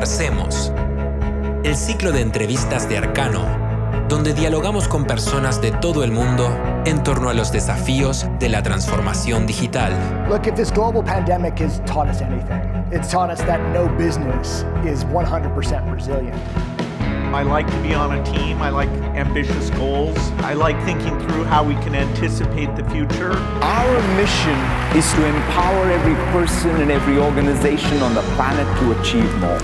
hacemos. El ciclo de entrevistas de Arcano, donde dialogamos con personas de todo el mundo en torno a los desafíos de la transformación digital. Look, if this global pandemic has taught us anything, it's taught us that no business is 100% resilient. I like to be on a team. I like ambitious goals. I like thinking through how we can anticipate the future. Our mission is to empower every person and every organization on the planet to achieve more.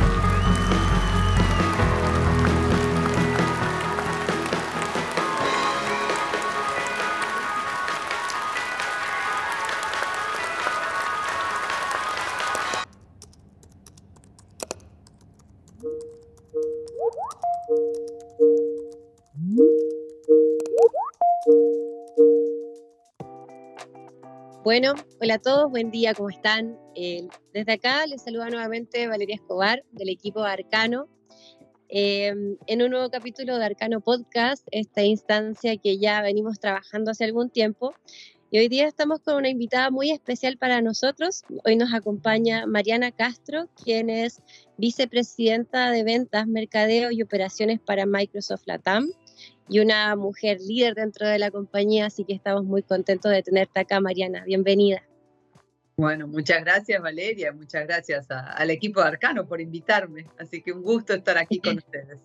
Bueno, hola a todos, buen día, ¿cómo están? Desde acá les saluda nuevamente Valeria Escobar del equipo de Arcano en un nuevo capítulo de Arcano Podcast, esta instancia que ya venimos trabajando hace algún tiempo, y hoy día estamos con una invitada muy especial para nosotros. Hoy nos acompaña Mariana Castro, quien es vicepresidenta de Ventas, Mercadeo y Operaciones para Microsoft LATAM, y una mujer líder dentro de la compañía, así que estamos muy contentos de tenerte acá, Mariana. Bienvenida. Bueno, muchas gracias, Valeria, muchas gracias al equipo de Arcano por invitarme, así que un gusto estar aquí con ustedes.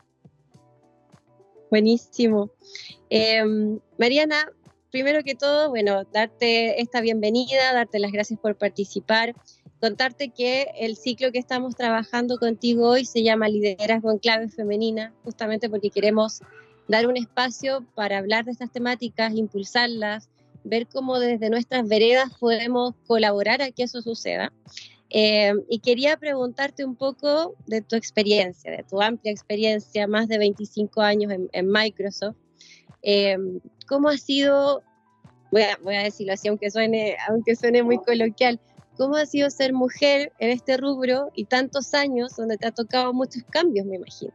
Buenísimo. Mariana, primero que todo, bueno, darte esta bienvenida, darte las gracias por participar, contarte que el ciclo que estamos trabajando contigo hoy se llama Liderazgo en Clave Femenina, justamente porque queremos dar un espacio para hablar de estas temáticas, impulsarlas, ver cómo desde nuestras veredas podemos colaborar a que eso suceda. Y quería preguntarte un poco de tu experiencia, de tu amplia experiencia, más de 25 años en Microsoft. ¿Cómo ha sido, voy a decirlo así, aunque suene muy coloquial, cómo ha sido ser mujer en este rubro y tantos años donde te ha tocado muchos cambios, me imagino?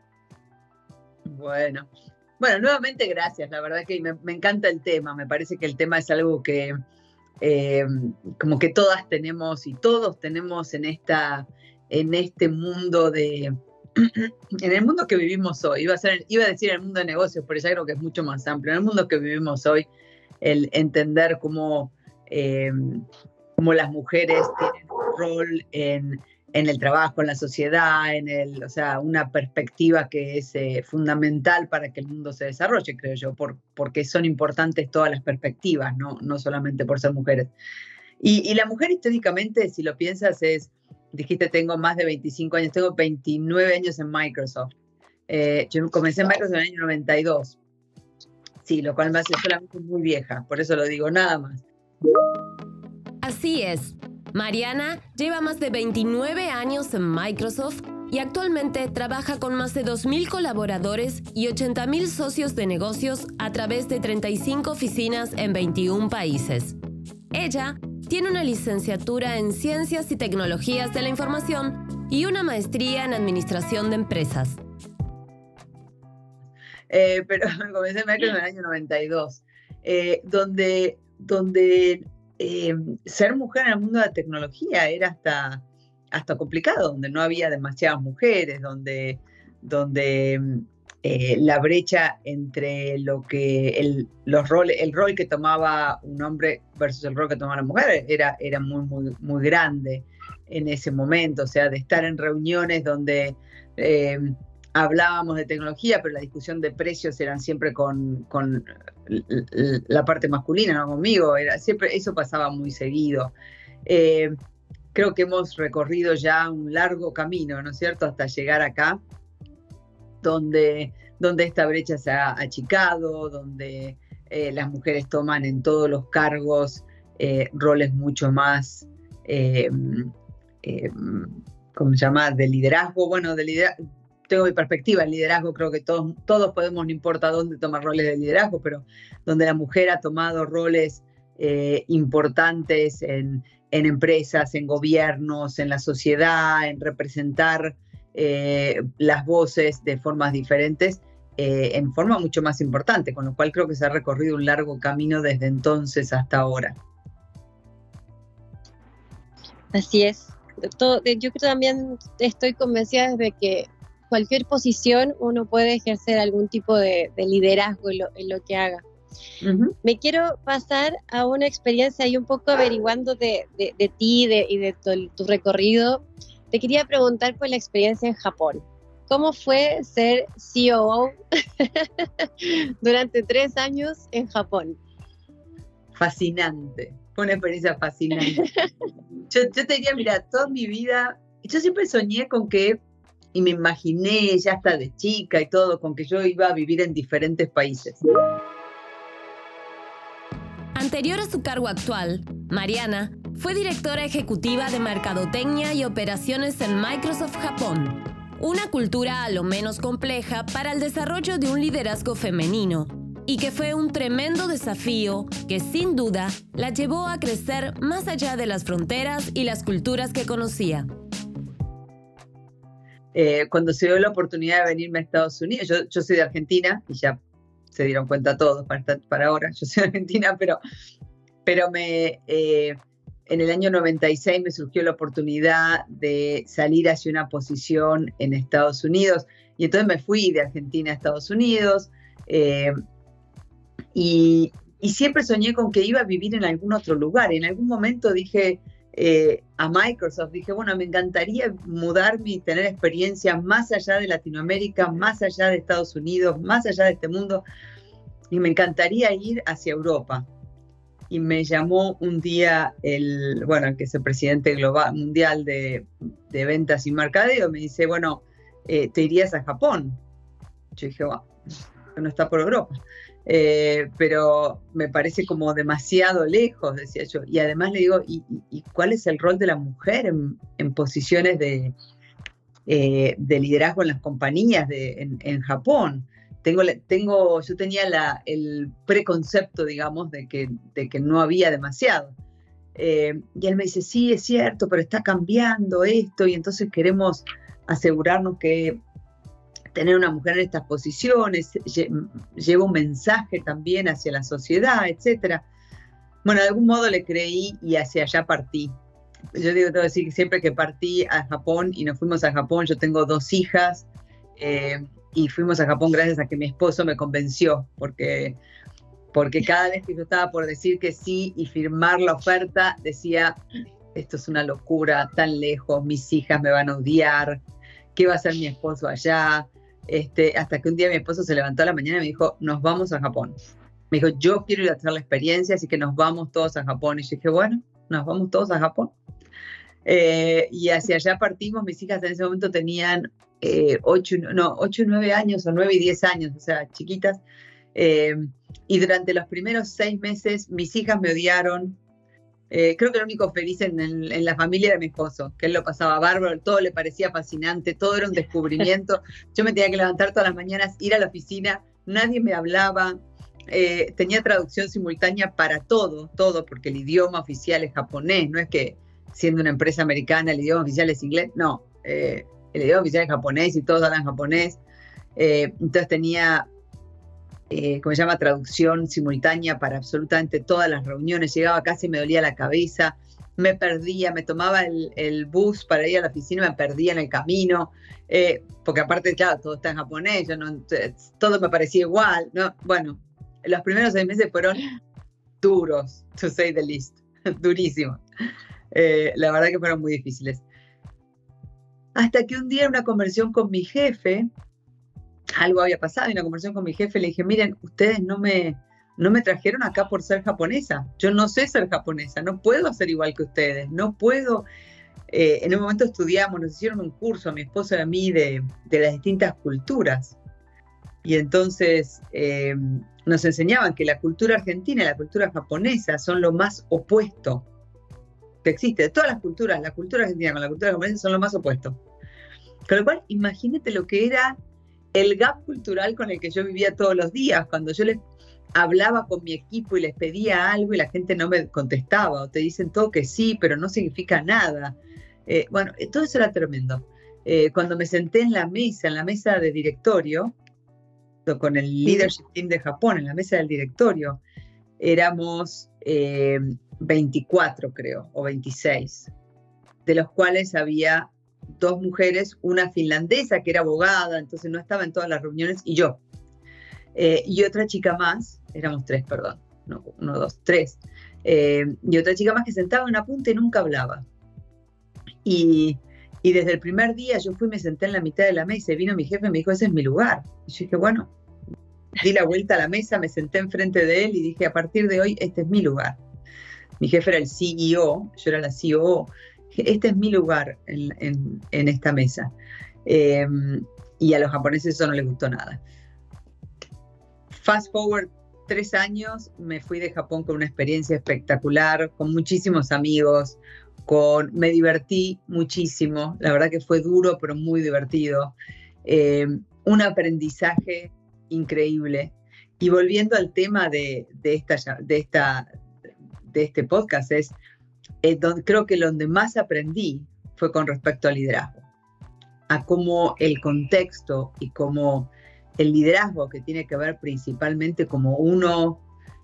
Bueno, nuevamente gracias, la verdad que me encanta el tema, me parece que el tema es algo que como que todas tenemos y todos tenemos en este mundo en el mundo que vivimos hoy, iba a decir el mundo de negocios, pero ya creo que es mucho más amplio, en el mundo que vivimos hoy, el entender cómo las mujeres tienen un rol en el trabajo, en la sociedad, o sea, una perspectiva que es fundamental para que el mundo se desarrolle, creo yo, porque son importantes todas las perspectivas, no solamente por ser mujeres. Y la mujer históricamente, si lo piensas, dijiste, tengo más de 25 años, tengo 29 años en Microsoft. Yo comencé en Microsoft en el año 92. Sí, lo cual me hace solamente muy vieja, por eso lo digo, nada más. Así es. Mariana lleva más de 29 años en Microsoft y actualmente trabaja con más de 2.000 colaboradores y 80.000 socios de negocios a través de 35 oficinas en 21 países. Ella tiene una licenciatura en Ciencias y Tecnologías de la Información y una maestría en Administración de Empresas. Pero comencé en Microsoft en el año 92, donde ser mujer en el mundo de la tecnología era hasta complicado, donde no había demasiadas mujeres, donde la brecha entre el rol que tomaba un hombre versus el rol que tomaba la mujer era muy, muy, muy grande en ese momento, o sea, de estar en reuniones donde hablábamos de tecnología, pero la discusión de precios eran siempre con la parte masculina, no conmigo, siempre eso pasaba muy seguido. Creo que hemos recorrido ya un largo camino, ¿no es cierto?, hasta llegar acá, donde esta brecha se ha achicado, donde las mujeres toman en todos los cargos roles mucho más, ¿cómo se llama?, de liderazgo. Bueno, tengo mi perspectiva, el liderazgo, creo que todos podemos, no importa dónde, tomar roles de liderazgo, pero donde la mujer ha tomado roles importantes en empresas, en gobiernos, en la sociedad, en representar las voces de formas diferentes, en forma mucho más importante, con lo cual creo que se ha recorrido un largo camino desde entonces hasta ahora. Así es. yo creo también estoy convencida de que cualquier posición uno puede ejercer algún tipo de liderazgo en lo que haga. Uh-huh. Me quiero pasar a una experiencia y un poco averiguando de ti y de tu recorrido. Te quería preguntar por la experiencia en Japón. ¿Cómo fue ser COO durante 3 años en Japón? Fascinante, fue una experiencia fascinante. Yo te diría, mira, toda mi vida, yo siempre soñé con que, y me imaginé ya hasta de chica y todo, con que yo iba a vivir en diferentes países. Anterior a su cargo actual, Mariana fue directora ejecutiva de Mercadotecnia y Operaciones en Microsoft Japón, una cultura a lo menos compleja para el desarrollo de un liderazgo femenino, y que fue un tremendo desafío que sin duda la llevó a crecer más allá de las fronteras y las culturas que conocía. Cuando se dio la oportunidad de venirme a Estados Unidos, yo soy de Argentina, y ya se dieron cuenta todos para ahora, yo soy de Argentina, pero en el año 96 me surgió la oportunidad de salir hacia una posición en Estados Unidos, y entonces me fui de Argentina a Estados Unidos, y siempre soñé con que iba a vivir en algún otro lugar. Y en algún momento dije a Microsoft, dije, bueno, me encantaría mudarme y tener experiencia más allá de Latinoamérica, más allá de Estados Unidos, más allá de este mundo, y me encantaría ir hacia Europa. Y me llamó un día el que es el presidente global, mundial de ventas y mercadeo, me dice, bueno, ¿te irías a Japón? Yo dije, bueno, no está por Europa. Pero me parece como demasiado lejos, decía yo. Y además le digo, ¿y cuál es el rol de la mujer en posiciones de liderazgo en las compañías en Japón? Yo tenía el preconcepto, digamos, de que no había demasiado. Y él me dice, sí, es cierto, pero está cambiando esto, y entonces queremos asegurarnos que tener una mujer en estas posiciones lleva un mensaje también hacia la sociedad, etc. Bueno, de algún modo le creí y hacia allá partí. Yo tengo que decir que siempre que partí a Japón y nos fuimos a Japón, yo tengo 2 hijas, y fuimos a Japón gracias a que mi esposo me convenció, porque cada vez que yo estaba por decir que sí y firmar la oferta, decía, esto es una locura, tan lejos, mis hijas me van a odiar, ¿qué va a hacer mi esposo allá? Hasta que un día mi esposo se levantó a la mañana y me dijo, nos vamos a Japón. Me dijo, yo quiero ir a hacer la experiencia, así que nos vamos todos a Japón. Y yo dije, bueno, nos vamos todos a Japón. Y hacia allá partimos. Mis hijas en ese momento tenían 8 y 9 años, o 9 y 10 años, o sea, chiquitas. Y durante los primeros 6 meses, mis hijas me odiaron. Creo que el único feliz en la familia era mi esposo, que él lo pasaba bárbaro, todo le parecía fascinante, todo era un descubrimiento. Yo me tenía que levantar todas las mañanas, ir a la oficina, nadie me hablaba, tenía traducción simultánea para todo, porque el idioma oficial es japonés, no es que siendo una empresa americana el idioma oficial es inglés, no, el idioma oficial es japonés y todos hablan japonés. Entonces tenía como se llama, traducción simultánea para absolutamente todas las reuniones. Llegaba casi me dolía la cabeza, me perdía, me tomaba el bus para ir a la oficina, me perdía en el camino, porque aparte, claro, todo está en japonés, todo me parecía igual, ¿no? Bueno, los primeros 6 meses fueron duros, to say the least, durísimos. La verdad que fueron muy difíciles. Hasta que un día en una conversación con mi jefe, algo había pasado, en una conversación con mi jefe le dije, miren, ustedes no me trajeron acá por ser japonesa, yo no sé ser japonesa, no puedo ser igual que ustedes, no puedo. En un momento estudiamos, nos hicieron un curso a mi esposo y a mí de las distintas culturas, y entonces nos enseñaban que la cultura argentina y la cultura japonesa son lo más opuesto que existe, de todas las culturas, la cultura argentina con la cultura japonesa son lo más opuesto. Con lo cual, imagínate lo que era el gap cultural con el que yo vivía todos los días, cuando yo les hablaba con mi equipo y les pedía algo y la gente no me contestaba, o te dicen todo que sí, pero no significa nada. Bueno, todo eso era tremendo. Cuando me senté en la mesa de directorio, con el leadership team de Japón, en la mesa del directorio, éramos 24, creo, o 26. de los cuales había 2 mujeres, una finlandesa que era abogada, entonces no estaba en todas las reuniones, y yo. Y otra chica más, éramos 3, perdón, no, 1, 2, 3. Y otra chica más que sentaba en una punta y nunca hablaba. Y desde el primer día yo fui y me senté en la mitad de la mesa y vino mi jefe y me dijo, ese es mi lugar. Y yo dije, bueno, di la vuelta a la mesa, me senté enfrente de él y dije, a partir de hoy, este es mi lugar. Mi jefe era el CEO, yo era la COO. Este es mi lugar en esta mesa. Y a los japoneses eso no les gustó nada. Fast forward 3 años, me fui de Japón con una experiencia espectacular, con muchísimos amigos, me divertí muchísimo. La verdad que fue duro, pero muy divertido. Un aprendizaje increíble. Y volviendo al tema de este podcast, creo que donde más aprendí fue con respecto al liderazgo, a cómo el contexto y cómo el liderazgo, que tiene que ver principalmente como uno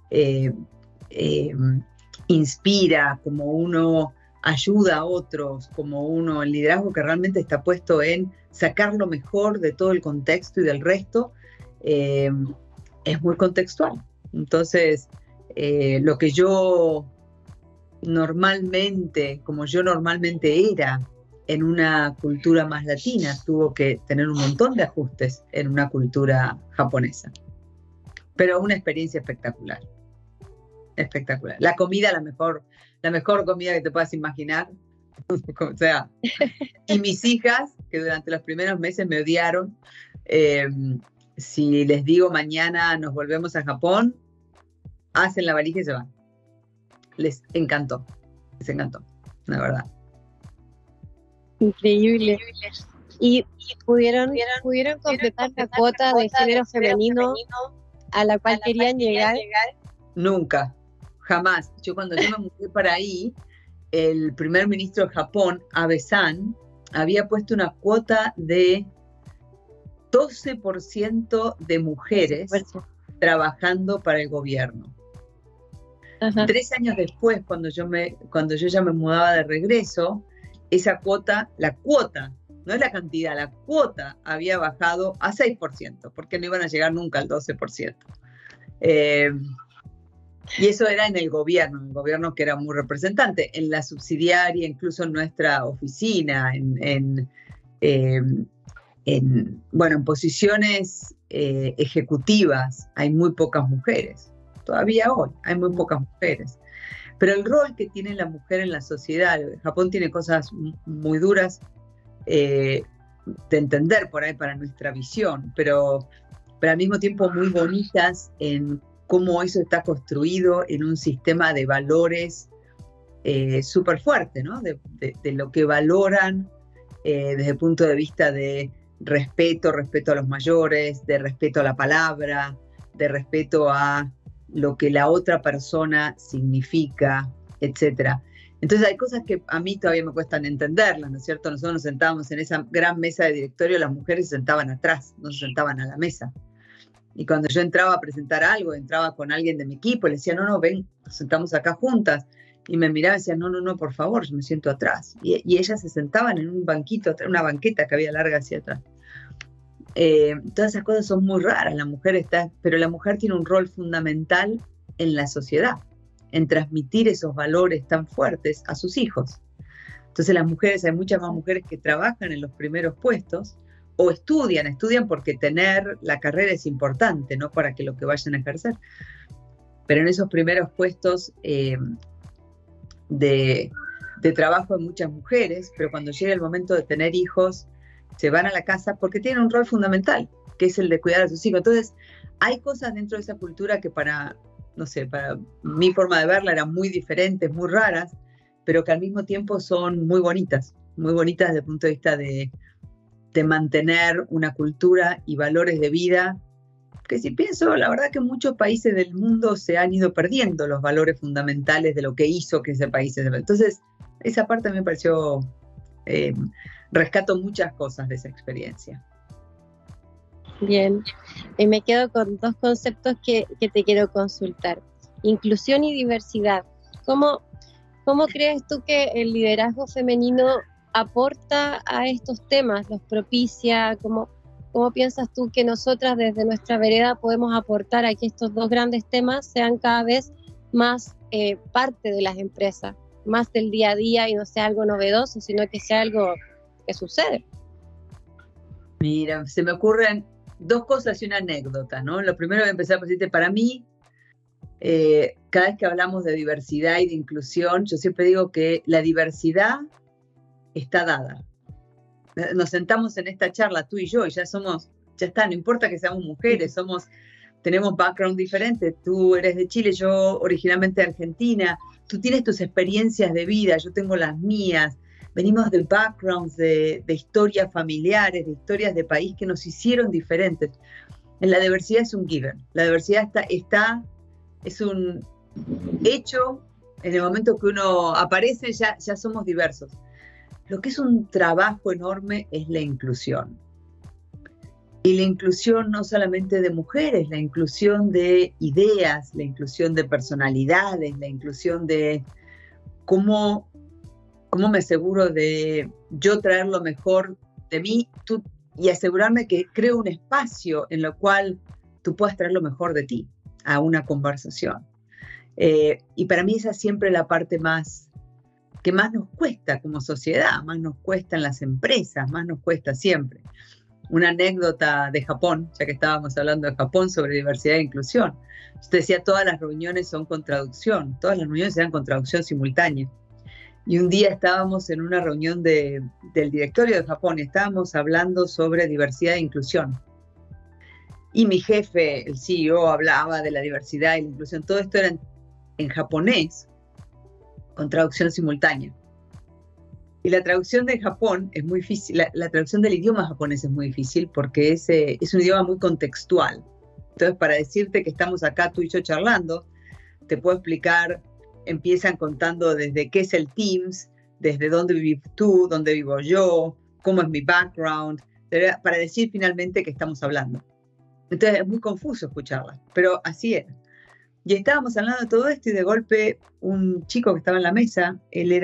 inspira, como uno ayuda a otros, como el liderazgo que realmente está puesto en sacar lo mejor de todo el contexto y del resto, es muy contextual. Entonces, lo que yo normalmente, como yo normalmente era en una cultura más latina, tuvo que tener un montón de ajustes en una cultura japonesa. Pero una experiencia espectacular. Espectacular. La comida, la mejor comida que te puedas imaginar. O sea, y mis hijas, que durante los primeros meses me odiaron, si les digo mañana nos volvemos a Japón, hacen la valija y se van. Les encantó, la verdad. Increíble. ¿Y pudieron completar la cuota de género femenino a la cual querían llegar? Nunca, jamás. Cuando yo me mudé para ahí, el primer ministro de Japón, Abe-san, había puesto una cuota de 12% de mujeres trabajando para el gobierno. Ajá. 3 años después, cuando yo ya me mudaba de regreso, esa cuota, la cuota, no es la cantidad, la cuota había bajado a 6%, porque no iban a llegar nunca al 12%. Y eso era en el gobierno que era muy representante. En la subsidiaria, incluso en nuestra oficina, en posiciones ejecutivas, hay muy pocas mujeres. Todavía hoy hay muy pocas mujeres. Pero el rol que tiene la mujer en la sociedad, Japón tiene cosas muy duras de entender por ahí para nuestra visión, pero al mismo tiempo muy bonitas en cómo eso está construido en un sistema de valores súper fuerte, ¿no? De lo que valoran desde el punto de vista de respeto a los mayores, de respeto a la palabra, de respeto a lo que la otra persona significa, etc. Entonces hay cosas que a mí todavía me cuestan entenderlas, ¿no es cierto? Nosotros nos sentábamos en esa gran mesa de directorio, las mujeres se sentaban atrás, no se sentaban a la mesa. Y cuando yo entraba a presentar algo, entraba con alguien de mi equipo, le decía, no, ven, nos sentamos acá juntas. Y me miraba y decía, no, por favor, yo me siento atrás. Y ellas se sentaban en un banquito, una banqueta que había larga hacia atrás. Todas esas cosas son muy raras. Pero la mujer tiene un rol fundamental en la sociedad, en transmitir esos valores tan fuertes a sus hijos. Entonces las mujeres, hay muchas más mujeres que trabajan en los primeros puestos o estudian porque tener la carrera es importante, no para que lo que vayan a ejercer. Pero en esos primeros puestos de trabajo hay muchas mujeres, pero cuando llega el momento de tener hijos, se van a la casa porque tienen un rol fundamental, que es el de cuidar a sus hijos. Entonces, hay cosas dentro de esa cultura que para mi forma de verla eran muy diferentes, muy raras, pero que al mismo tiempo son muy bonitas desde el punto de vista de mantener una cultura y valores de vida, que si pienso, la verdad que en muchos países del mundo se han ido perdiendo los valores fundamentales de lo que hizo que ese país se... Entonces, esa parte me pareció... rescato muchas cosas de esa experiencia. Bien, y me quedo con 2 conceptos que te quiero consultar. Inclusión y diversidad. ¿Cómo ¿Cómo crees tú que el liderazgo femenino aporta a estos temas, los propicia? ¿Cómo piensas tú que nosotras desde nuestra vereda podemos aportar a que estos dos grandes temas sean cada vez más parte de las empresas, más del día a día y no sea algo novedoso, sino que sea algo que sucede? Mira, se me ocurren 2 cosas y una anécdota, ¿no? Lo primero que empecé a decirte, para mí, cada vez que hablamos de diversidad y de inclusión, yo siempre digo que la diversidad está dada. Nos sentamos en esta charla, tú y yo, y ya está, no importa que seamos mujeres, tenemos background diferentes, tú eres de Chile, yo originalmente de Argentina, tú tienes tus experiencias de vida, yo tengo las mías, venimos de backgrounds, de historias familiares, de historias de país que nos hicieron diferentes. En la diversidad es un given, la diversidad es un hecho, en el momento que uno aparece ya somos diversos. Lo que es un trabajo enorme es la inclusión. Y la inclusión no solamente de mujeres, la inclusión de ideas, la inclusión de personalidades, la inclusión de cómo me aseguro de yo traer lo mejor de mí y asegurarme que creo un espacio en el cual tú puedas traer lo mejor de ti a una conversación. Y para mí esa es siempre la parte que más nos cuesta como sociedad, más nos cuesta en las empresas, más nos cuesta siempre. Una anécdota de Japón, ya que estábamos hablando de Japón sobre diversidad e inclusión. Usted decía, todas las reuniones son con traducción, todas las reuniones eran con traducción simultánea. Y un día estábamos en una reunión del directorio de Japón y estábamos hablando sobre diversidad e inclusión. Y mi jefe, el CEO, hablaba de la diversidad y la inclusión. Todo esto era en japonés, con traducción simultánea. Y la traducción de Japón es muy difícil, la traducción del idioma japonés es muy difícil porque es un idioma muy contextual. Entonces, para decirte que estamos acá tú y yo charlando, te puedo explicar, empiezan contando desde qué es el Teams, desde dónde vives tú, dónde vivo yo, cómo es mi background, para decir finalmente que estamos hablando. Entonces es muy confuso escucharla, pero así era. Y estábamos hablando de todo esto y de golpe un chico que estaba en la mesa, él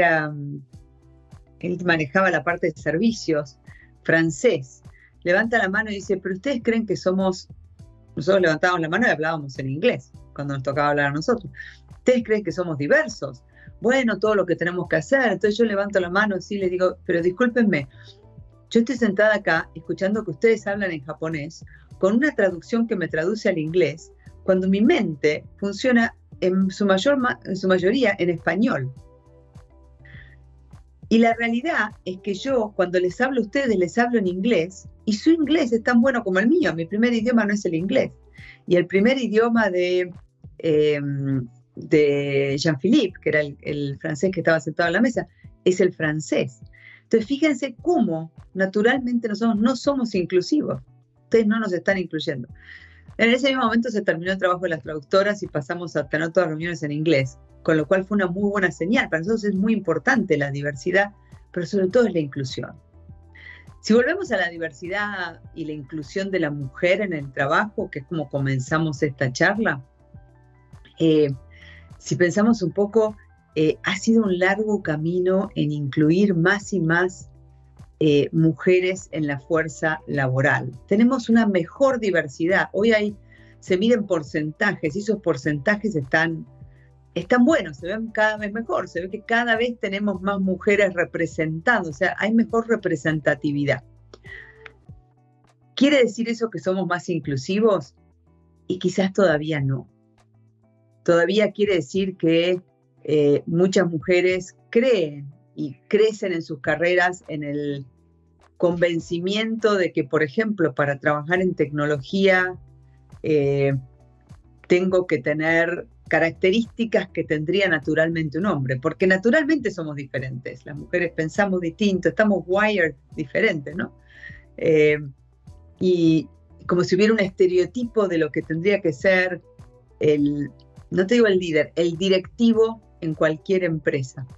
manejaba la parte de servicios, francés, levanta la mano y dice, pero ustedes creen que nosotros levantábamos la mano y hablábamos en inglés cuando nos tocaba hablar a nosotros. ¿Ustedes creen que somos diversos? Bueno, todo lo que tenemos que hacer. Entonces yo levanto la mano y les digo, pero discúlpenme, yo estoy sentada acá escuchando que ustedes hablan en japonés con una traducción que me traduce al inglés, cuando mi mente funciona en su mayoría en español. Y la realidad es que yo, cuando les hablo a ustedes, les hablo en inglés, y su inglés es tan bueno como el mío. Mi primer idioma no es el inglés. Y el primer idioma de Jean-Philippe, que era el francés que estaba sentado en la mesa, es el francés. Entonces, fíjense cómo naturalmente nosotros no somos inclusivos. Ustedes no nos están incluyendo. En ese mismo momento se terminó el trabajo de las traductoras y pasamos a tener todas las reuniones en inglés, con lo cual fue una muy buena señal. Para nosotros es muy importante la diversidad, pero sobre todo es la inclusión. Si volvemos a la diversidad y la inclusión de la mujer en el trabajo, que es como comenzamos esta charla, si pensamos un poco, ha sido un largo camino en incluir más y más mujeres en la fuerza laboral. Tenemos una mejor diversidad. Hoy se miden porcentajes y esos porcentajes están buenos, se ven cada vez mejor, se ve que cada vez tenemos más mujeres representando, o sea, hay mejor representatividad. ¿Quiere decir eso que somos más inclusivos? Y quizás todavía no. Todavía quiere decir que muchas mujeres creen y crecen en sus carreras en el convencimiento de que, por ejemplo, para trabajar en tecnología tengo que tener características que tendría naturalmente un hombre, porque naturalmente somos diferentes. Las mujeres pensamos distinto, estamos wired diferentes, ¿no? Y como si hubiera un estereotipo de lo que tendría que ser no te digo el líder, el directivo en cualquier empresa.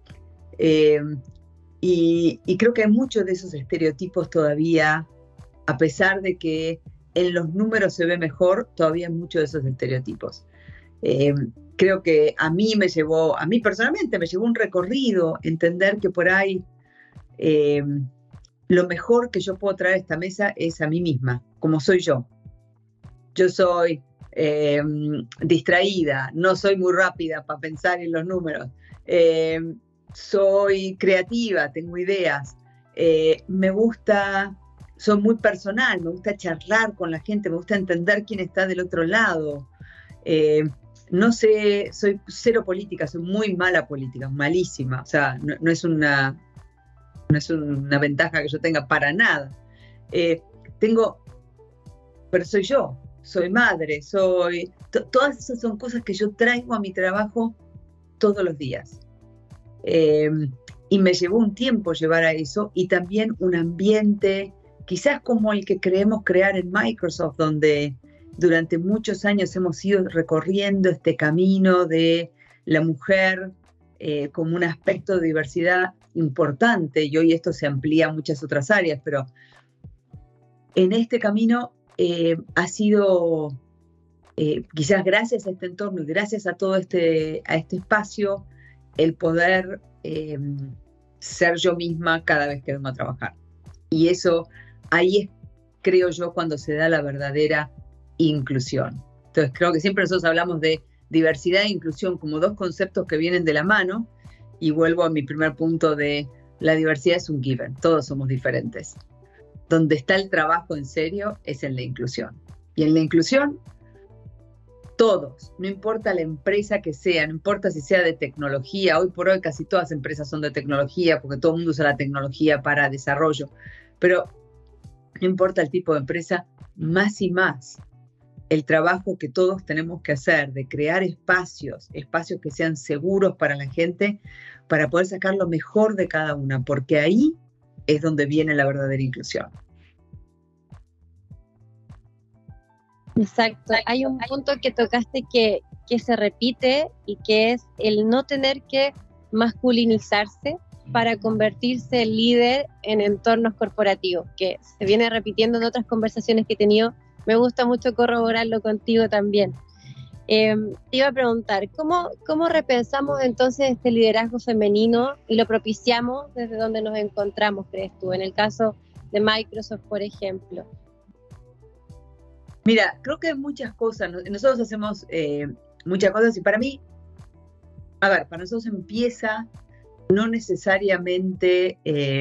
Y creo que hay muchos de esos estereotipos todavía, a pesar de que en los números se ve mejor, todavía hay muchos de esos estereotipos. Creo que a mí personalmente me llevó un recorrido, entender que por ahí lo mejor que yo puedo traer a esta mesa es a mí misma, como soy yo. Yo soy distraída, no soy muy rápida para pensar en los números, soy creativa, tengo ideas, soy muy personal, me gusta charlar con la gente, me gusta entender quién está del otro lado. No sé, soy cero política, soy muy mala política, malísima, o sea, no es una ventaja que yo tenga para nada. Pero soy yo, soy madre, todas esas son cosas que yo traigo a mi trabajo todos los días. Y me llevó un tiempo llevar a eso, y también un ambiente, quizás como el que creemos crear en Microsoft, donde durante muchos años hemos ido recorriendo este camino de la mujer como un aspecto de diversidad importante, y hoy esto se amplía a muchas otras áreas, pero en este camino ha sido, quizás gracias a este entorno y gracias a todo a este espacio, el poder ser yo misma cada vez que vengo a trabajar. Y eso, ahí es, creo yo, cuando se da la verdadera inclusión. Entonces creo que siempre nosotros hablamos de diversidad e inclusión como dos conceptos que vienen de la mano, y vuelvo a mi primer punto de la diversidad es un given, todos somos diferentes. Donde está el trabajo en serio es en la inclusión. Y en la inclusión, todos, no importa la empresa que sea, no importa si sea de tecnología, hoy por hoy casi todas las empresas son de tecnología porque todo el mundo usa la tecnología para desarrollo, pero no importa el tipo de empresa, más y más el trabajo que todos tenemos que hacer de crear espacios que sean seguros para la gente, para poder sacar lo mejor de cada una, porque ahí es donde viene la verdadera inclusión. Exacto. Hay un punto que tocaste que se repite, y que es el no tener que masculinizarse para convertirse en líder en entornos corporativos, que se viene repitiendo en otras conversaciones que he tenido. Me gusta mucho corroborarlo contigo también. Te iba a preguntar, ¿cómo repensamos entonces este liderazgo femenino y lo propiciamos desde donde nos encontramos, crees tú? En el caso de Microsoft, por ejemplo. Mira, creo que hay muchas cosas. Nosotros hacemos muchas cosas, y para mí, para nosotros empieza no necesariamente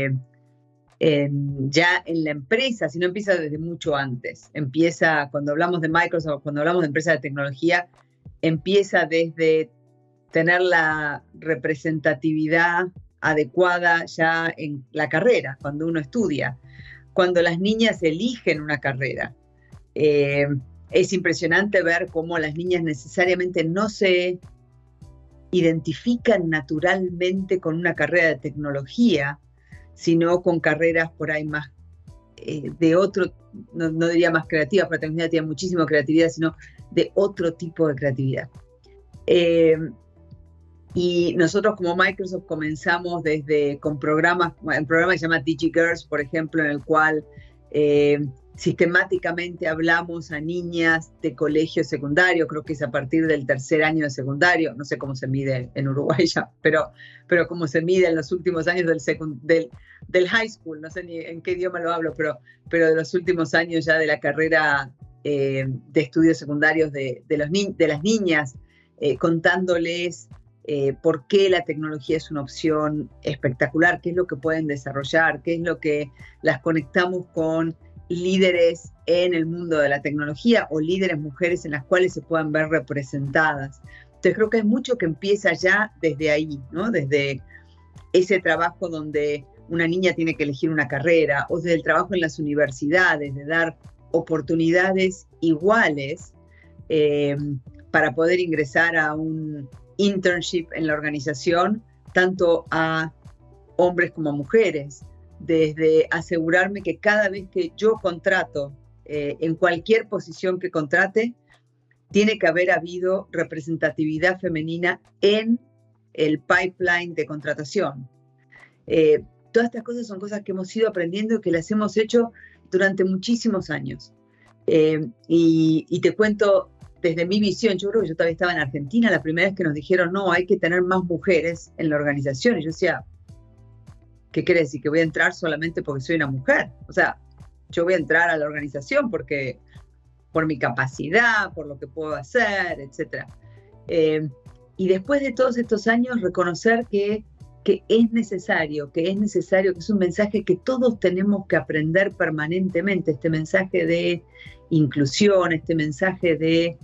ya en la empresa, sino empieza desde mucho antes. Empieza cuando hablamos de Microsoft, cuando hablamos de empresas de tecnología, empieza desde tener la representatividad adecuada ya en la carrera, cuando uno estudia, cuando las niñas eligen una carrera. Es impresionante ver cómo las niñas necesariamente no se identifican naturalmente con una carrera de tecnología, sino con carreras por ahí más de otro, no diría más creativas, porque la tecnología tiene muchísima creatividad, sino de otro tipo de creatividad. Y nosotros como Microsoft comenzamos con un programa que se llama DigiGirls, por ejemplo, en el cual sistemáticamente hablamos a niñas de colegio secundario, creo que es a partir del tercer año de secundario, no sé cómo se mide en Uruguay ya, pero cómo se mide en los últimos años del high school, no sé ni en qué idioma lo hablo, pero de los últimos años ya de la carrera de estudios secundarios de las niñas, contándoles por qué la tecnología es una opción espectacular, qué es lo que pueden desarrollar, qué es lo que las conectamos con líderes en el mundo de la tecnología o líderes mujeres en las cuales se puedan ver representadas. Entonces creo que hay mucho que empieza ya desde ahí, ¿no? Desde ese trabajo donde una niña tiene que elegir una carrera, o desde el trabajo en las universidades, de dar oportunidades iguales para poder ingresar a un internship en la organización, tanto a hombres como a mujeres. Desde asegurarme que cada vez que yo contrato, en cualquier posición que contrate, tiene que haber habido representatividad femenina en el pipeline de contratación. Todas estas cosas son cosas que hemos ido aprendiendo y que las hemos hecho durante muchísimos años. Y te cuento desde mi visión, yo creo que yo todavía estaba en Argentina la primera vez que nos dijeron, no, hay que tener más mujeres en la organización. Y yo decía, ¿qué quiere decir? ¿Que voy a entrar solamente porque soy una mujer? O sea, yo voy a entrar a la organización porque por mi capacidad, por lo que puedo hacer, etc. Y después de todos estos años, reconocer que es necesario, que es un mensaje que todos tenemos que aprender permanentemente, este mensaje de inclusión, este mensaje de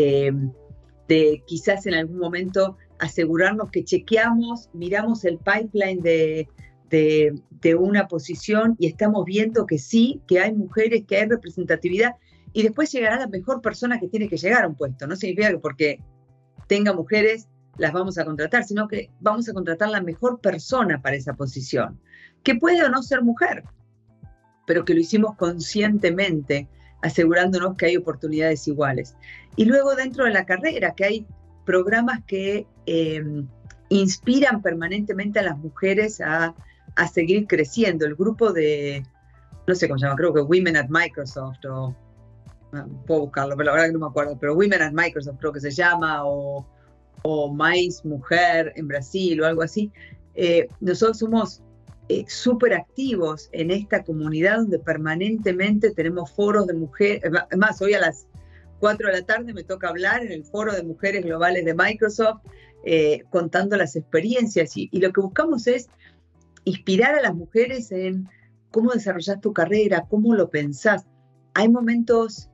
quizás en algún momento asegurarnos que chequeamos, miramos el pipeline de una posición y estamos viendo que sí, que hay mujeres, que hay representatividad, y después llegará la mejor persona que tiene que llegar a un puesto. No significa que porque tenga mujeres las vamos a contratar, sino que vamos a contratar la mejor persona para esa posición, que puede o no ser mujer, pero que lo hicimos conscientemente, asegurándonos que hay oportunidades iguales. Y luego dentro de la carrera, que hay programas que inspiran permanentemente a las mujeres a seguir creciendo. El grupo de, no sé cómo se llama, creo que Women at Microsoft, o puedo buscarlo, pero la verdad que no me acuerdo, pero Women at Microsoft creo que se llama, o Mais Mujer en Brasil o algo así. Nosotros somos súper activos en esta comunidad donde permanentemente tenemos foros de mujeres. Es más, hoy a las 4 de la tarde me toca hablar en el foro de mujeres globales de Microsoft, contando las experiencias, y lo que buscamos es inspirar a las mujeres en cómo desarrollás tu carrera, cómo lo pensás. Hay momentos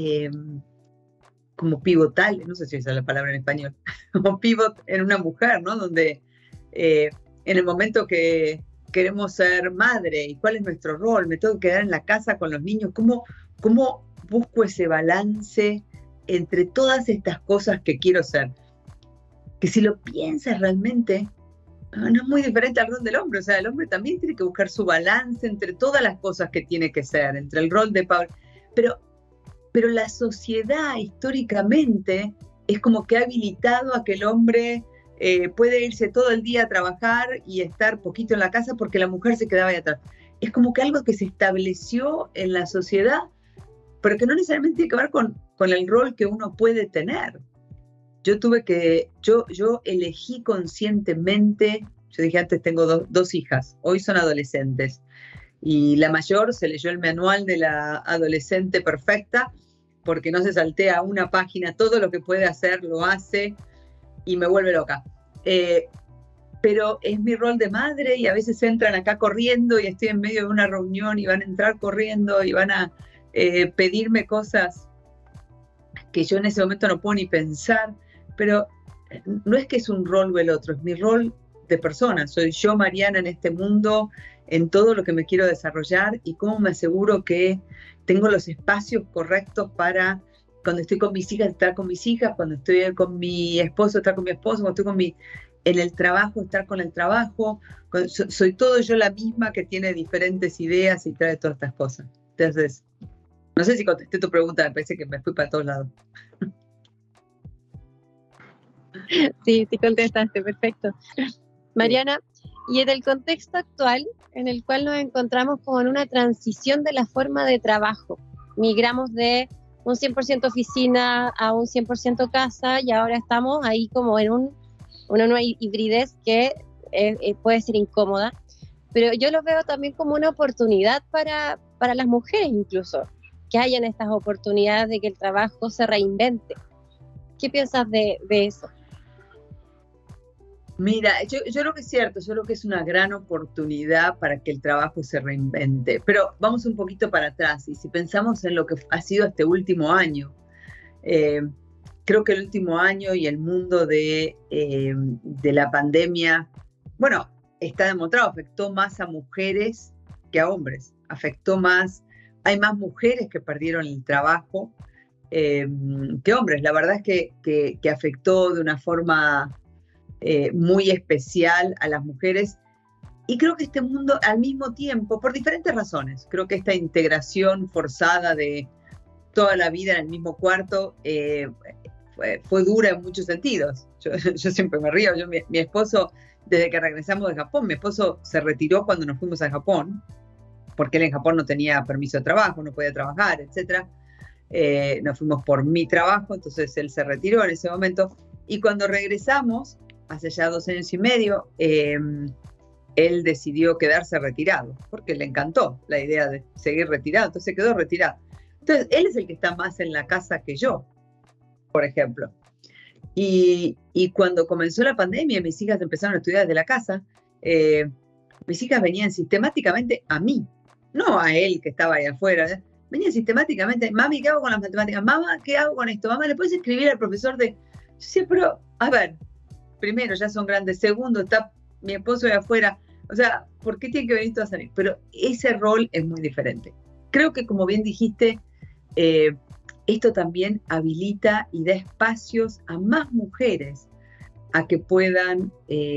como pivotales, no sé si esa es la palabra en español, como pivot en una mujer, ¿no? Donde en el momento que queremos ser madre, ¿y cuál es nuestro rol? ¿Me tengo que quedar en la casa con los niños? ¿Cómo busco ese balance entre todas estas cosas que quiero ser? Que si lo piensas realmente, no es muy diferente al rol del hombre. O sea, el hombre también tiene que buscar su balance entre todas las cosas que tiene que ser, entre el rol de padre. Pero la sociedad históricamente es como que ha habilitado a que el hombre puede irse todo el día a trabajar y estar poquito en la casa porque la mujer se quedaba ahí atrás. Es como que algo que se estableció en la sociedad, pero que no necesariamente tiene que ver con el rol que uno puede tener. Yo elegí conscientemente, yo dije antes, tengo dos hijas, hoy son adolescentes, y la mayor se leyó el manual de la adolescente perfecta, porque no se saltea una página, todo lo que puede hacer lo hace, y me vuelve loca. Pero es mi rol de madre, y a veces entran acá corriendo, y estoy en medio de una reunión, y van a entrar corriendo, y van a pedirme cosas que yo en ese momento no puedo ni pensar, pero no es que es un rol o el otro, es mi rol de persona. Soy yo, Mariana, en este mundo, en todo lo que me quiero desarrollar, y cómo me aseguro que tengo los espacios correctos para, cuando estoy con mis hijas, estar con mis hijas, cuando estoy con mi esposo, estar con mi esposo, cuando estoy en el trabajo, estar con el trabajo. Soy todo yo la misma, que tiene diferentes ideas y trae todas estas cosas. Entonces, no sé si contesté tu pregunta, me parece que me fui para todos lados. Sí, contestaste, perfecto. Mariana, y en el contexto actual en el cual nos encontramos con una transición de la forma de trabajo, migramos de un 100% oficina a un 100% casa, y ahora estamos ahí como en una nueva hibridez que puede ser incómoda, pero yo lo veo también como una oportunidad para las mujeres, incluso, que hayan estas oportunidades de que el trabajo se reinvente. ¿Qué piensas de eso? Mira, yo creo que es cierto, yo creo que es una gran oportunidad para que el trabajo se reinvente, pero vamos un poquito para atrás, y si pensamos en lo que ha sido este último año, creo que el último año y el mundo de la pandemia, bueno, está demostrado, afectó más a mujeres que a hombres, hay más mujeres que perdieron el trabajo que hombres. La verdad es que afectó de una forma muy especial a las mujeres, y creo que este mundo al mismo tiempo, por diferentes razones, creo que esta integración forzada de toda la vida en el mismo cuarto fue dura en muchos sentidos. Yo siempre me río, mi esposo, desde que regresamos de Japón, mi esposo se retiró cuando nos fuimos a Japón, porque él en Japón no tenía permiso de trabajo, no podía trabajar, etc. nos fuimos por mi trabajo, entonces él se retiró en ese momento. Y cuando regresamos, hace ya 2 años y medio, él decidió quedarse retirado, porque le encantó la idea de seguir retirado, entonces se quedó retirado. Entonces, él es el que está más en la casa que yo, por ejemplo. Y cuando comenzó la pandemia, mis hijas empezaron a estudiar desde la casa, mis hijas venían sistemáticamente a mí, no a él que estaba ahí afuera, venían sistemáticamente, mami, ¿qué hago con las matemáticas? Mamá, ¿qué hago con esto? Mamá, ¿le puedes escribir al profesor de...? Yo decía, pero, a ver, primero, ya son grandes, segundo, está mi esposo ahí afuera, o sea, ¿por qué tiene que venir todas a salir? Pero ese rol es muy diferente. Creo que, como bien dijiste, esto también habilita y da espacios a más mujeres a que puedan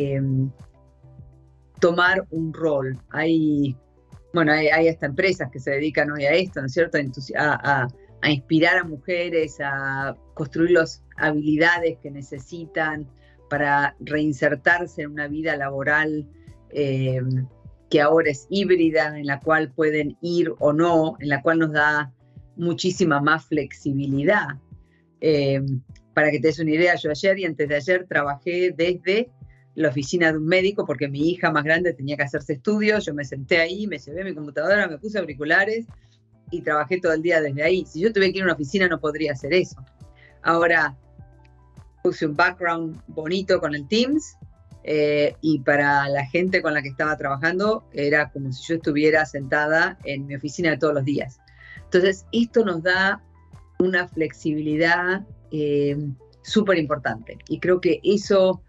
tomar un rol. Hay hasta empresas que se dedican hoy a esto, ¿no es cierto? A inspirar a mujeres, a construir las habilidades que necesitan para reinsertarse en una vida laboral que ahora es híbrida, en la cual pueden ir o no, en la cual nos da muchísima más flexibilidad. Para que te des una idea, yo ayer y antes de ayer trabajé desde la oficina de un médico porque mi hija más grande tenía que hacerse estudios, yo me senté ahí, me llevé mi computadora, me puse auriculares y trabajé todo el día desde ahí. Si yo tuviera que ir a una oficina no podría hacer eso. Ahora puse un background bonito con el Teams y para la gente con la que estaba trabajando era como si yo estuviera sentada en mi oficina de todos los días. Entonces, esto nos da una flexibilidad súper importante. Y creo que eso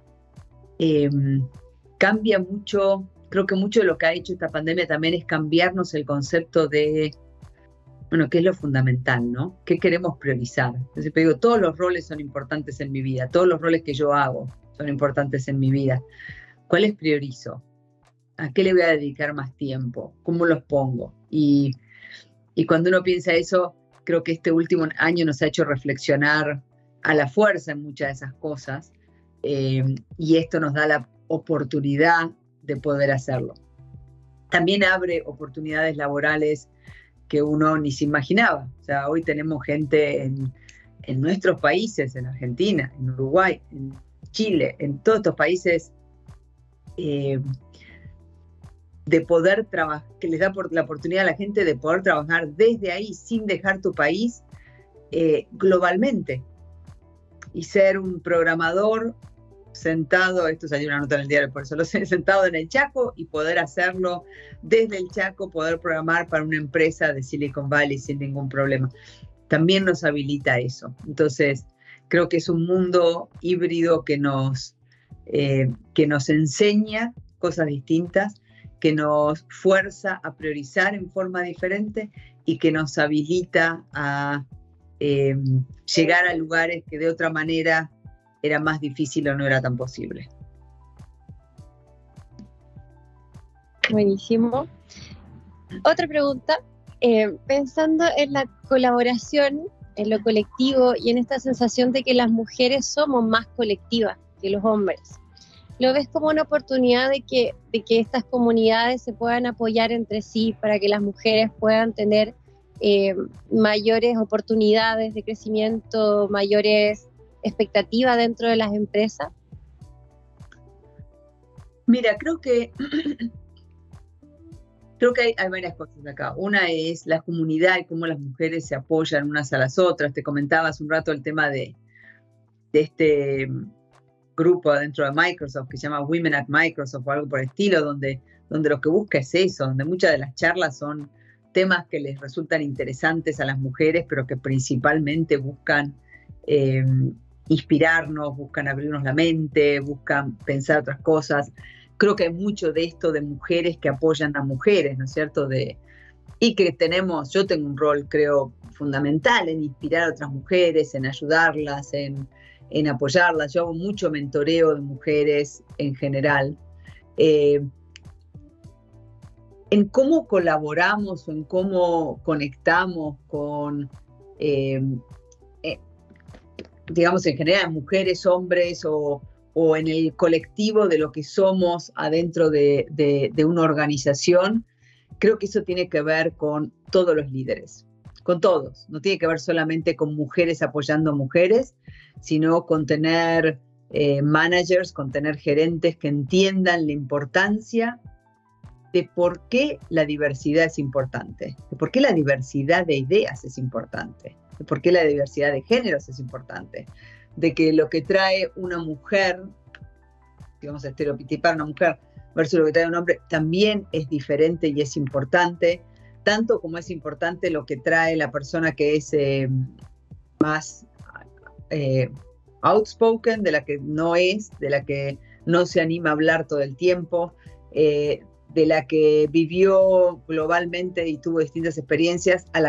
cambia mucho. Creo que mucho de lo que ha hecho esta pandemia también es cambiarnos el concepto de, bueno, ¿qué es lo fundamental, no? ¿Qué queremos priorizar? Entonces, te digo, todos los roles son importantes en mi vida. Todos los roles que yo hago son importantes en mi vida. ¿Cuáles priorizo? ¿A qué le voy a dedicar más tiempo? ¿Cómo los pongo? Y cuando uno piensa eso, creo que este último año nos ha hecho reflexionar a la fuerza en muchas de esas cosas, y esto nos da la oportunidad de poder hacerlo. También abre oportunidades laborales que uno ni se imaginaba. O sea, hoy tenemos gente en nuestros países, en Argentina, en Uruguay, en Chile, en todos estos países, de poder trabajar, que les da la oportunidad a la gente de poder trabajar desde ahí sin dejar tu país globalmente y ser un programador sentado, esto salió una nota en el diario, por eso lo sé, sentado en el Chaco y poder hacerlo desde el Chaco, poder programar para una empresa de Silicon Valley sin ningún problema. También nos habilita eso. Entonces, creo que es un mundo híbrido que nos enseña cosas distintas, que nos fuerza a priorizar en forma diferente y que nos habilita a llegar a lugares que de otra manera era más difícil o no era tan posible. Buenísimo. Otra pregunta, pensando en la colaboración, en lo colectivo y en esta sensación de que las mujeres somos más colectivas que los hombres, ¿lo ves como una oportunidad de que estas comunidades se puedan apoyar entre sí para que las mujeres puedan tener mayores oportunidades de crecimiento, mayores expectativas dentro de las empresas? Mira, creo que hay varias cosas acá. Una es la comunidad y cómo las mujeres se apoyan unas a las otras. Te comentaba hace un rato el tema de este grupo dentro de Microsoft que se llama Women at Microsoft o algo por el estilo, donde lo que busca es eso, donde muchas de las charlas son temas que les resultan interesantes a las mujeres, pero que principalmente buscan inspirarnos, buscan abrirnos la mente, buscan pensar otras cosas. Creo que hay mucho de esto de mujeres que apoyan a mujeres, ¿no es cierto? Y que yo tengo un rol, creo, fundamental en inspirar a otras mujeres, en ayudarlas, en apoyarlas. Yo hago mucho mentoreo de mujeres en general. En cómo colaboramos o en cómo conectamos con, digamos, en general, mujeres, hombres o en el colectivo de lo que somos adentro de una organización, creo que eso tiene que ver con todos los líderes. con todos. No tiene que ver solamente con mujeres apoyando a mujeres, sino con tener managers, con tener gerentes que entiendan la importancia de por qué la diversidad es importante, de por qué la diversidad de ideas es importante, de por qué la diversidad de géneros es importante, de que lo que trae una mujer, si vamos a estereotipar una mujer versus lo que trae un hombre, también es diferente y es importante, tanto como es importante lo que trae la persona que es más outspoken, de la que no se anima a hablar todo el tiempo, de la que vivió globalmente y tuvo distintas experiencias, a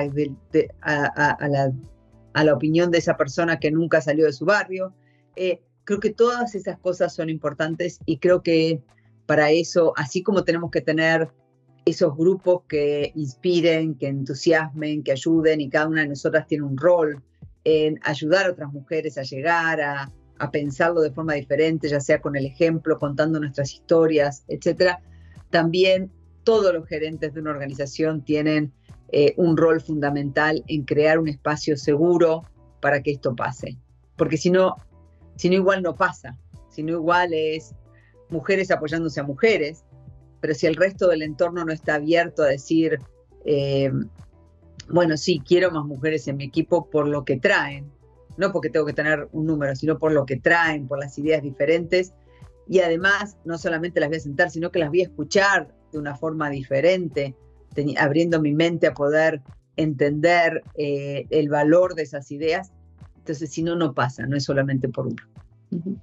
la opinión de esa persona que nunca salió de su barrio. Creo que todas esas cosas son importantes y creo que para eso, así como tenemos que tener esos grupos que inspiren, que entusiasmen, que ayuden, y cada una de nosotras tiene un rol en ayudar a otras mujeres a llegar a pensarlo de forma diferente, ya sea con el ejemplo, contando nuestras historias, etcétera. También todos los gerentes de una organización tienen un rol fundamental en crear un espacio seguro para que esto pase. Porque si no igual no pasa, si no igual es mujeres apoyándose a mujeres, pero si el resto del entorno no está abierto a decir, bueno, sí, quiero más mujeres en mi equipo por lo que traen, no porque tengo que tener un número, sino por lo que traen, por las ideas diferentes, y además no solamente las voy a sentar, sino que las voy a escuchar de una forma diferente, abriendo mi mente a poder entender el valor de esas ideas. Entonces, si no, no pasa, no es solamente por uno. Uh-huh.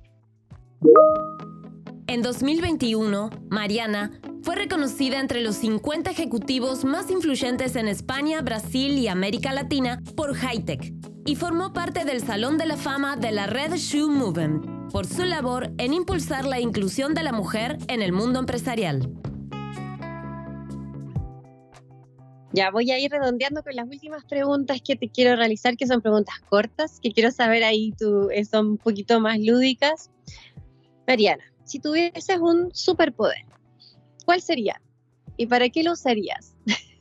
En 2021, Mariana fue reconocida entre los 50 ejecutivos más influyentes en España, Brasil y América Latina por Hightech y formó parte del Salón de la Fama de la Red Shoe Movement por su labor en impulsar la inclusión de la mujer en el mundo empresarial. Ya voy a ir redondeando con las últimas preguntas que te quiero realizar, que son preguntas cortas, que quiero saber ahí, son un poquito más lúdicas. Mariana, si tuvieses un superpoder, ¿cuál sería? ¿Y para qué lo usarías?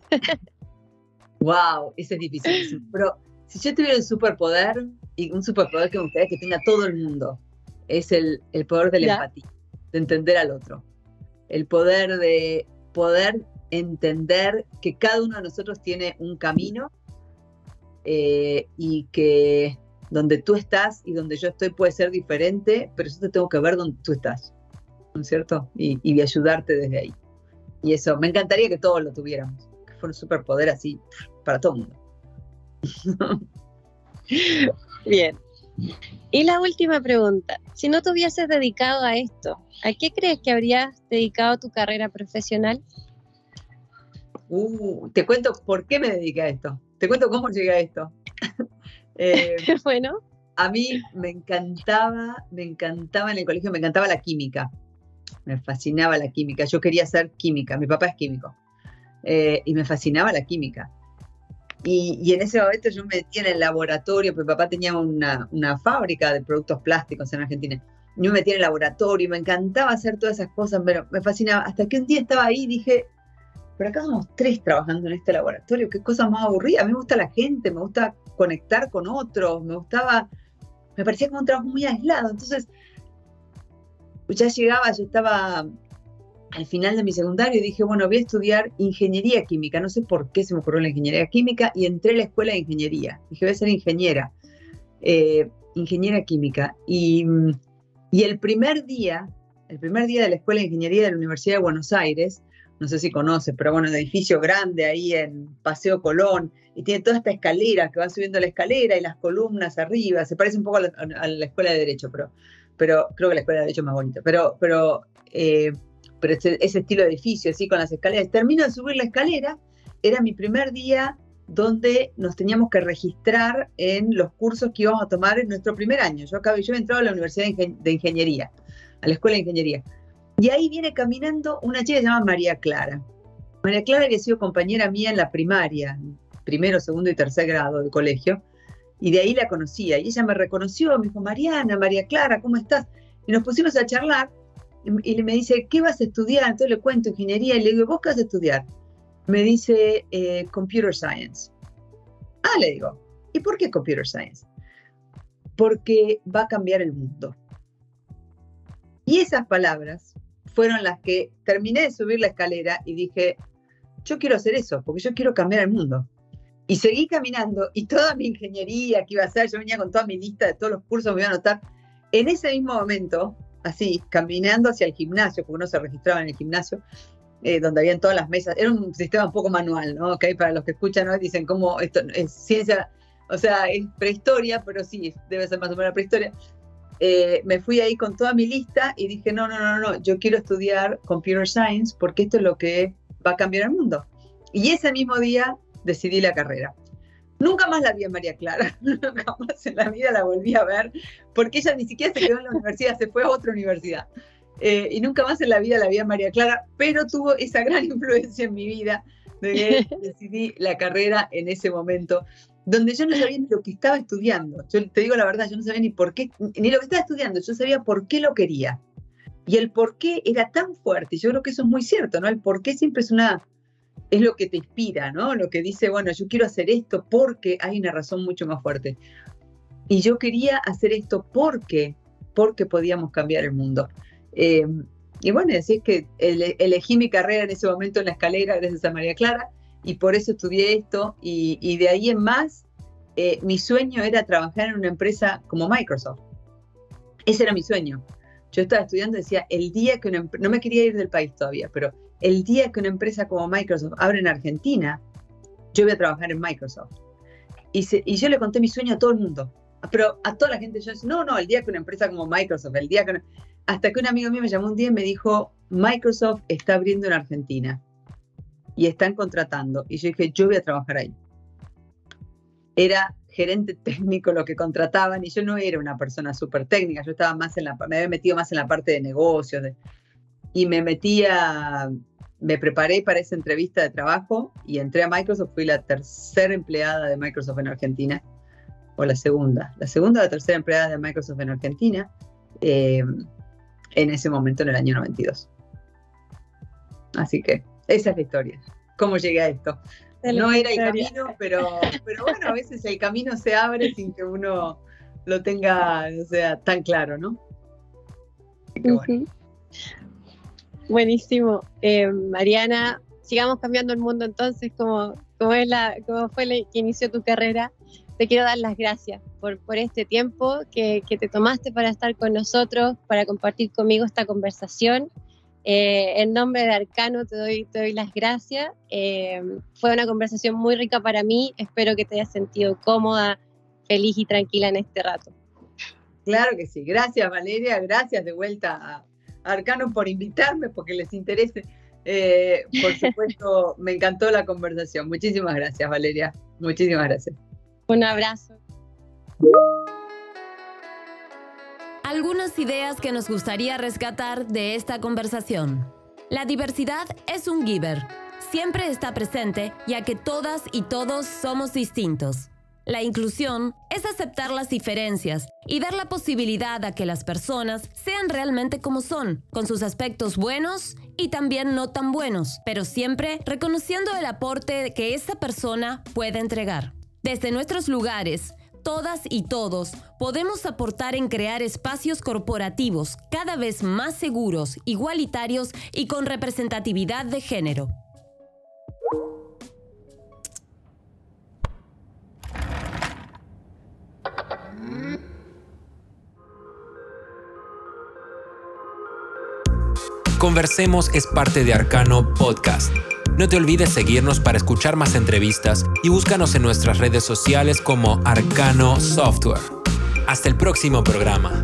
Wow, eso es difícil. Pero si yo tuviera un superpoder, y un superpoder que me gustaría que tenga todo el mundo, es el poder de la empatía, de entender al otro. El poder de poder entender que cada uno de nosotros tiene un camino y que donde tú estás y donde yo estoy puede ser diferente, pero yo te tengo que ver donde tú estás, ¿no es cierto? Y de ayudarte desde ahí. Y eso, me encantaría que todos lo tuviéramos, que fuera un superpoder así para todo el mundo. Bien. Y la última pregunta, si no te hubieses dedicado a esto, ¿a qué crees que habrías dedicado tu carrera profesional? Te cuento por qué me dediqué a esto. Te cuento cómo llegué a esto. Bueno. A mí me encantaba en el colegio, me encantaba la química. Me fascinaba la química. Yo quería ser química. Mi papá es químico. Y me fascinaba la química. Y en ese momento yo me metía en el laboratorio, porque mi papá tenía una fábrica de productos plásticos en Argentina. Yo me metía en el laboratorio y me encantaba hacer todas esas cosas, pero me fascinaba. Hasta que un día estaba ahí y dije, pero acá somos 3 trabajando en este laboratorio, qué cosa más aburrida. A mí me gusta la gente, me gusta conectar con otros, me parecía como un trabajo muy aislado. Entonces, yo estaba al final de mi secundario y dije, bueno, voy a estudiar ingeniería química. No sé por qué se me ocurrió la ingeniería química y entré a la escuela de ingeniería. Dije, voy a ser ingeniera química. Y el primer día de la escuela de ingeniería de la Universidad de Buenos Aires, no sé si conoces, pero bueno, un edificio grande ahí en Paseo Colón, y tiene toda esta escalera que va subiendo la escalera y las columnas arriba. Se parece un poco a la escuela de Derecho, pero creo que la escuela de Derecho es más bonita. Pero ese estilo de edificio, así con las escaleras. Termino de subir la escalera, era mi primer día donde nos teníamos que registrar en los cursos que íbamos a tomar en nuestro primer año. Yo he entrado a la Universidad de Ingeniería, a la Escuela de Ingeniería. Y ahí viene caminando una chica que se llama María Clara. María Clara había sido compañera mía en la primaria, 1º, 2º y 3er grado del colegio, y de ahí la conocía. Y ella me reconoció, me dijo, Mariana, María Clara, ¿cómo estás? Y nos pusimos a charlar, y me dice, ¿qué vas a estudiar? Entonces le cuento ingeniería, y le digo, ¿vos qué vas a estudiar? Me dice, Computer Science. Le digo, ¿y por qué Computer Science? Porque va a cambiar el mundo. Y esas palabras fueron las que terminé de subir la escalera y dije, yo quiero hacer eso, porque yo quiero cambiar el mundo. Y seguí caminando y toda mi ingeniería que iba a hacer, yo venía con toda mi lista de todos los cursos que me iba a anotar. En ese mismo momento, así, caminando hacia el gimnasio, porque uno se registraba en el gimnasio, donde habían todas las mesas, era un sistema un poco manual, ¿no? Okay, para los que escuchan hoy dicen cómo esto es ciencia, o sea, es prehistoria, pero sí, debe ser más o menos prehistoria. Me fui ahí con toda mi lista y dije, no, yo quiero estudiar Computer Science porque esto es lo que va a cambiar el mundo. Y ese mismo día decidí la carrera. Nunca más la vi a María Clara, nunca más en la vida la volví a ver, porque ella ni siquiera se quedó en la universidad, se fue a otra universidad. Y nunca más en la vida la vi a María Clara, pero tuvo esa gran influencia en mi vida de que decidí la carrera en ese momento, donde yo no sabía ni lo que estaba estudiando. Yo te digo la verdad, yo no sabía ni por qué, ni lo que estaba estudiando, yo sabía por qué lo quería. Y el por qué era tan fuerte, y yo creo que eso es muy cierto, ¿no? El por qué siempre es lo que te inspira, ¿no? Lo que dice, bueno, yo quiero hacer esto porque hay una razón mucho más fuerte. Y yo quería hacer esto porque podíamos cambiar el mundo. Y bueno, así es que elegí mi carrera en ese momento en la escalera gracias a María Clara y por eso estudié esto y de ahí en más mi sueño era trabajar en una empresa como Microsoft. Ese era mi sueño. Yo estaba estudiando y decía, el día que no me quería ir del país todavía, pero el día que una empresa como Microsoft abre en Argentina, yo voy a trabajar en Microsoft. Y yo le conté mi sueño a todo el mundo, pero a toda la gente yo decía, no, el día que una empresa como Microsoft, hasta que un amigo mío me llamó un día y me dijo, Microsoft está abriendo en Argentina y están contratando. Y yo dije, yo voy a trabajar ahí. Era gerente técnico lo que contrataban y yo no era una persona súper técnica, yo estaba me había metido más en la parte de negocios y me preparé para esa entrevista de trabajo y entré a Microsoft, fui la tercera empleada de Microsoft en Argentina, o la segunda o la tercera empleada de Microsoft en Argentina, en ese momento, en el año 92. Así que esa es la historia. ¿Cómo llegué a esto? No era el camino, pero bueno, a veces el camino se abre sin que uno lo tenga, o sea, tan claro, ¿no? Así que bueno. Buenísimo. Mariana, sigamos cambiando el mundo entonces, como fue que inició tu carrera. Te quiero dar las gracias por este tiempo que te tomaste para estar con nosotros, para compartir conmigo esta conversación. En nombre de Arcano te doy las gracias. Fue una conversación muy rica para mí. Espero que te hayas sentido cómoda, feliz y tranquila en este rato. Claro que sí. Gracias, Valeria. Gracias de vuelta a Arcano por invitarme, porque les interese. Por supuesto, me encantó la conversación. Muchísimas gracias, Valeria. Muchísimas gracias. Un abrazo. Algunas ideas que nos gustaría rescatar de esta conversación. La diversidad es un giver. Siempre está presente, ya que todas y todos somos distintos. La inclusión es aceptar las diferencias y dar la posibilidad a que las personas sean realmente como son, con sus aspectos buenos y también no tan buenos, pero siempre reconociendo el aporte que esa persona puede entregar. Desde nuestros lugares, todas y todos podemos aportar en crear espacios corporativos cada vez más seguros, igualitarios y con representatividad de género. Conversemos es parte de Arcano Podcast. No te olvides seguirnos para escuchar más entrevistas y búscanos en nuestras redes sociales como Arcano Software. Hasta el próximo programa.